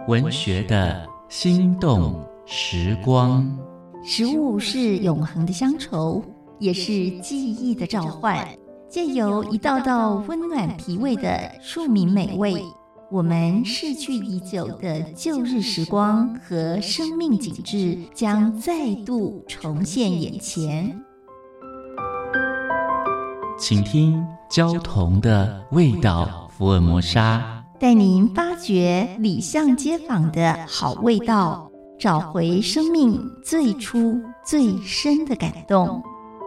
文学的心动时光。 食物是永恒的乡愁，也是记忆的召唤。借由一道道温暖脾胃的庶民美味，我们逝去已久的旧日时光和生命景致将再度重现眼前。 请听焦桐的味道福尔摩沙， 带您发掘里巷街坊的好味道，找回生命最初最深的感动。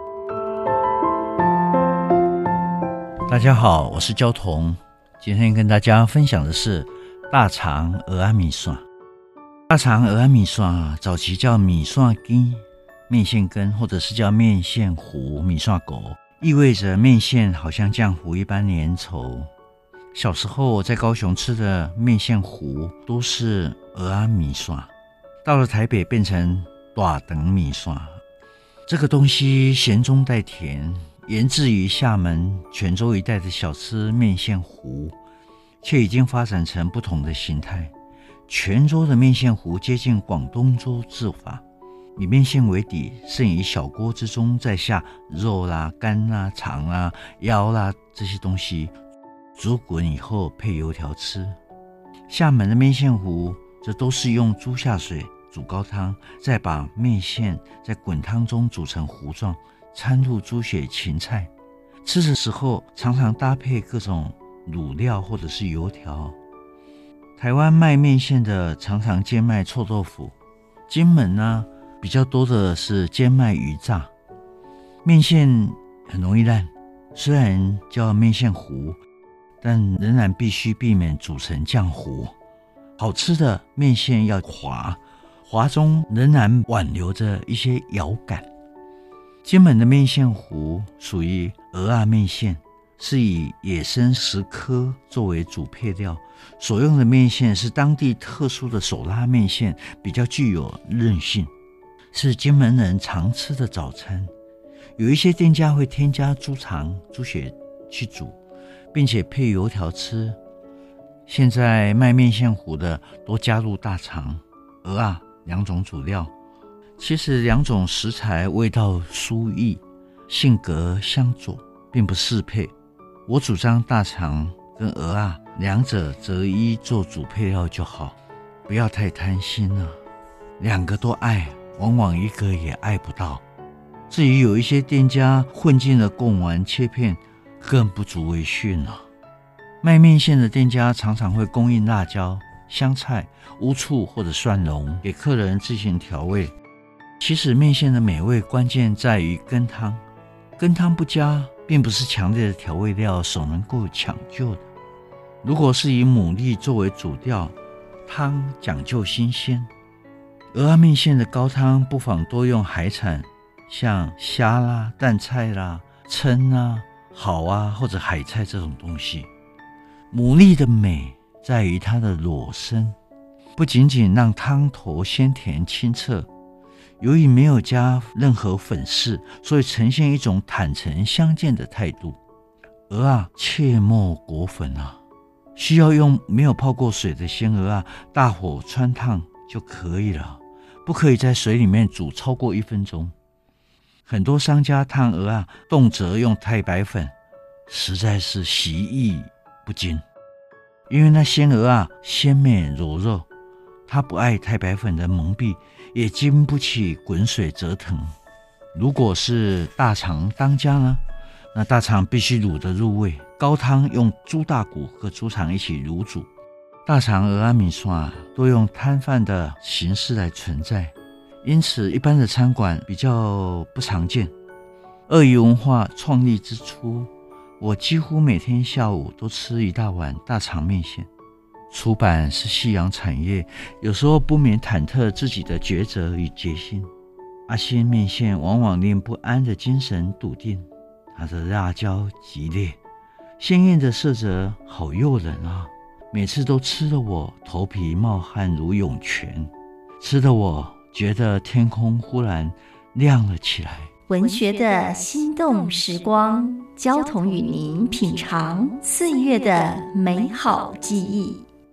大家好，我是焦桐，今天跟大家分享的是大肠蚵仔米线。大肠蚵仔米线早期叫米线羹、面线羹，或者是叫面线糊、米线糊，意味着面线好像浆糊一般粘稠。小时候我在高雄吃的面线糊都是蚵仔米线，到了台北变成大肠米线。这个东西咸中带甜，源自于厦门、泉州一带的小吃面线糊，却已经发展成不同的形态。泉州的面线糊接近广东粥制法，以面线为底，盛于小锅之中，再下肉啦、肝啦、肠啦、腰啦这些东西，煮滚以后配油条吃。厦门的面线糊则都是用猪下水煮高汤，再把面线在滚汤中煮成糊状，掺入猪血、芹菜，吃的时候常常搭配各种卤料或者是油条。台湾卖面线的常常兼卖臭豆腐，金门呢比较多的是兼卖鱼炸。面线很容易烂，虽然叫面线糊，但仍然必须避免煮成浆糊。好吃的面线要滑，滑中仍然挽留着一些咬感。金门的面线糊属于蚵仔面线，是以野生石蚵作为主配料，所用的面线是当地特殊的手拉面线，比较具有韧性，是金门人常吃的早餐。有一些店家会添加猪肠、猪血去煮，并且配油条吃。现在卖面线糊的多加入大肠、蚵仔两种主料，其实两种食材味道殊异，性格相左，并不适配。我主张大肠跟蚵仔两者择一做主配料就好，不要太贪心了。两个都爱，往往一个也爱不到。至于有一些店家混进了贡丸切片，更不足为训了。卖面线的店家常常会供应辣椒、香菜、乌醋或者蒜蓉给客人自行调味。其实面线的美味关键在于羹汤，羹汤不佳，并不是强烈的调味料所能够抢救的。如果是以牡蛎作为主调，汤讲究新鲜。蚵仔面线的高汤不妨多用海产，像虾啦、淡菜啦、蛏啊、蚝啊或者海菜这种东西。牡蛎的美在于它的裸身，不仅仅让汤头鲜甜清澈，由于没有加任何粉饰，所以呈现一种坦诚相见的态度。蚵仔切莫裹粉啊，需要用没有泡过水的鲜蚵仔大火汆烫就可以了，不可以在水里面煮超过1分钟。很多商家烫蚵仔动辄用太白粉，实在是习艺不精，因为那鲜蚵仔鲜美柔肉，它不爱太白粉的蒙蔽，也经不起滚水折腾。如果是大肠当家呢，那大肠必须卤得入味，高汤用猪大骨和猪肠一起卤煮。大肠蚵仔米线都用摊贩的形式来存在，因此一般的餐馆比较不常见。鳄鱼文化创立之初，我几乎每天下午都吃一大碗大肠面线。出版是夕阳产业，有时候不免忐忑自己的抉择与决心。阿鲜面线往往令不安的精神笃定，它的辣椒极烈，鲜艳的色泽好诱人啊！每次都吃得我头皮冒汗如涌泉，吃得我觉得天空忽然亮了起来。 文学的心动时光，焦桐与您品尝岁月的美好记忆。